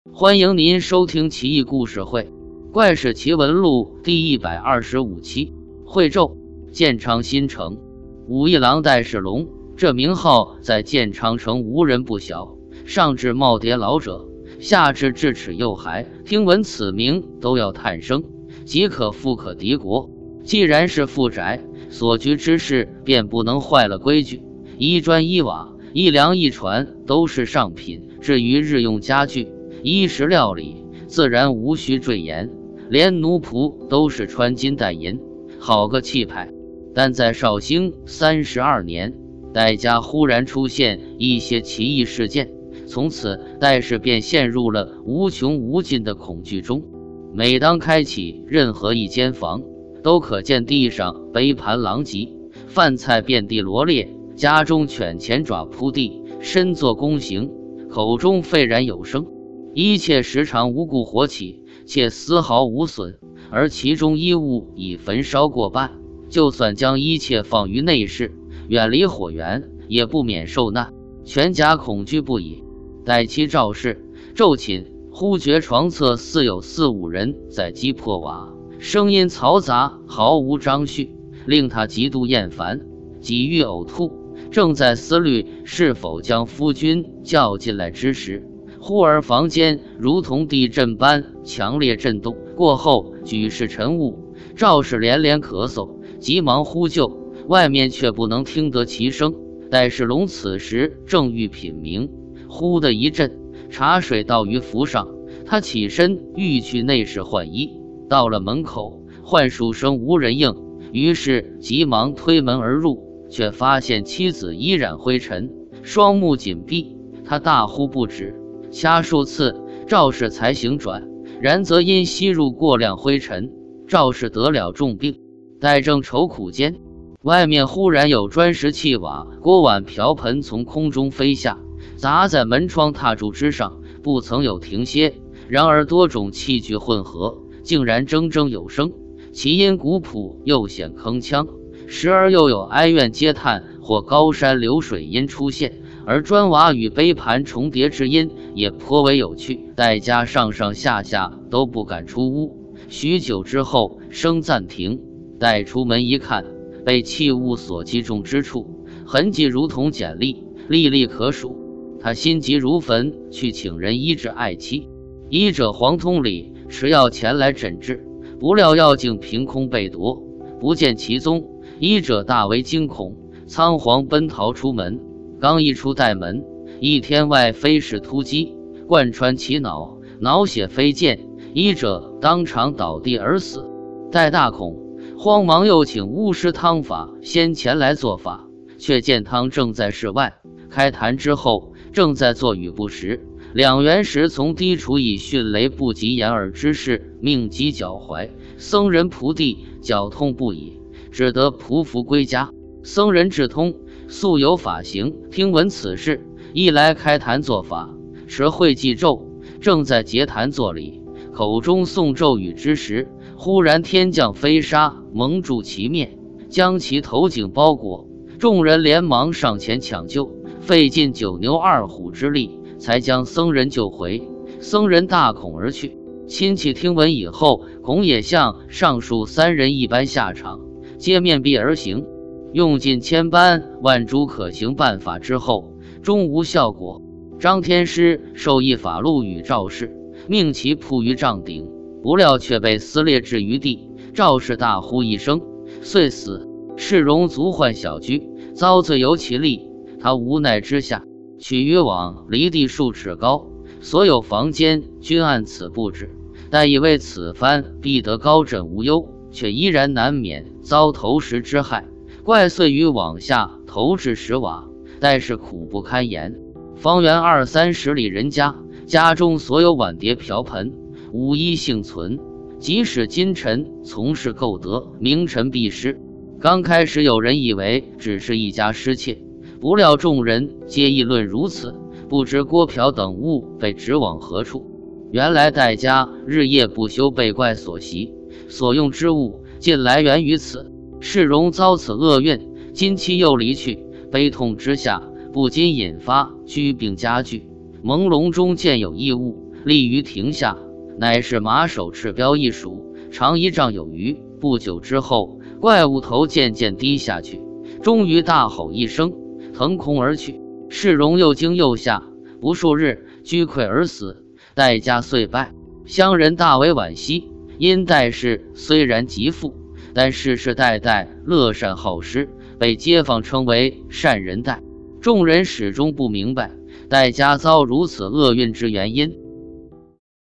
欢迎您收听奇异故事会《怪事奇闻录》第125期。惠州建昌新城武义郎戴世龙，这名号在建昌城无人不晓，上至耄耋老者，下至智齿幼孩，听闻此名都要叹声，即可富可敌国。既然是富宅，所居之事便不能坏了规矩，一砖一瓦一梁一船都是上品，至于日用家具衣食料理，自然无需赘言，连奴仆都是穿金戴银，好个气派。但在绍兴32年，戴家忽然出现一些奇异事件，从此戴氏便陷入了无穷无尽的恐惧中。每当开启任何一间房，都可见地上杯盘狼藉，饭菜遍地罗列，家中犬前爪铺地，身作弓形，口中沸然有声，一切时常无故火起，且丝毫无损，而其中衣物已焚烧过半，就算将一切放于内室，远离火源，也不免受难。全家恐惧不已。待妻赵氏骤寝，忽觉床侧似有4、5人在击破瓦，声音嘈杂，毫无章序，令他极度厌烦，几欲呕吐。正在思虑是否将夫君叫进来之时，忽而房间如同地震般强烈震动，过后举世沉雾，赵氏连连咳嗽，急忙呼救，外面却不能听得其声。戴世龙此时正欲品茗，忽的一阵，茶水倒于符上，他起身欲去内室换衣，到了门口，唤数声无人应，于是急忙推门而入，却发现妻子依然灰尘，双目紧闭，他大呼不止，掐数次，赵氏才醒转，然则因吸入过量灰尘，赵氏得了重病。戴正愁苦间，外面忽然有砖石器瓦锅碗瓢盆从空中飞下，砸在门窗踏柱之上，不曾有停歇。然而多种器具混合，竟然铮铮有声，其音古朴又显铿锵，时而又有哀怨嗟叹或高山流水音出现，而砖瓦与杯盘重叠之音也颇为有趣。戴家上上下下都不敢出屋，许久之后声暂停，戴出门一看，被器物所击中之处痕迹如同简历，历历可数。他心急如焚，去请人医治爱妻。医者黄通礼持药前来诊治，不料药竟凭空被夺，不见其踪。医者大为惊恐，仓皇奔逃出门。刚一出戴门，一天外飞矢突击，贯穿其脑，脑血飞溅，医者当场倒地而死。戴大恐，慌忙又请巫师汤法先前来做法，却见汤正在室外，开坛之后正在做雨不时。2员时从低处以迅雷不及掩耳之势命击脚踝，僧人仆地脚痛不已，只得匍匐归家。僧人智通素有法行，听闻此事，一来开坛做法，持会稽咒，正在结坛作礼，口中诵咒语之时，忽然天降飞沙蒙住其面，将其头颈包裹。众人连忙上前抢救，费尽9牛2虎之力，才将僧人救回。僧人大恐而去。亲戚听闻以后，恐也像上述3人一般下场，皆面壁而行。用尽千般万诸可行办法之后，终无效果。张天师授意法录与赵氏，命其扑于帐顶，不料却被撕裂置于地。赵氏大呼一声，遂死。世荣足患小疽，遭罪由其力，他无奈之下，取渔网离地数尺高，所有房间均按此布置。但以为此番必得高枕无忧，却依然难免遭投石之害，怪遂于网下投掷石瓦，但是苦不堪言。方圆20-30里人家，家中所有碗碟瓢盆无一幸存，即使今晨从事购得，明晨必失。刚开始有人以为只是一家失窃，不料众人皆议论如此，不知锅瓢等物被指往何处。原来戴家日夜不休被怪所袭，所用之物尽来源于此。世荣遭此厄运，今妻又离去，悲痛之下不禁引发疽病加剧。朦胧中见有异物， 立于庭下，乃是马首赤标一属，长1丈有余。不久之后，怪物头渐渐低下去，终于大吼一声，腾空而去。世荣又惊又吓，不数日居溃而死，戴家遂败。乡人大为惋惜，因戴氏虽然极富，但世世代代乐善好施，被街坊称为善人戴。众人始终不明白戴家遭如此厄运之原因。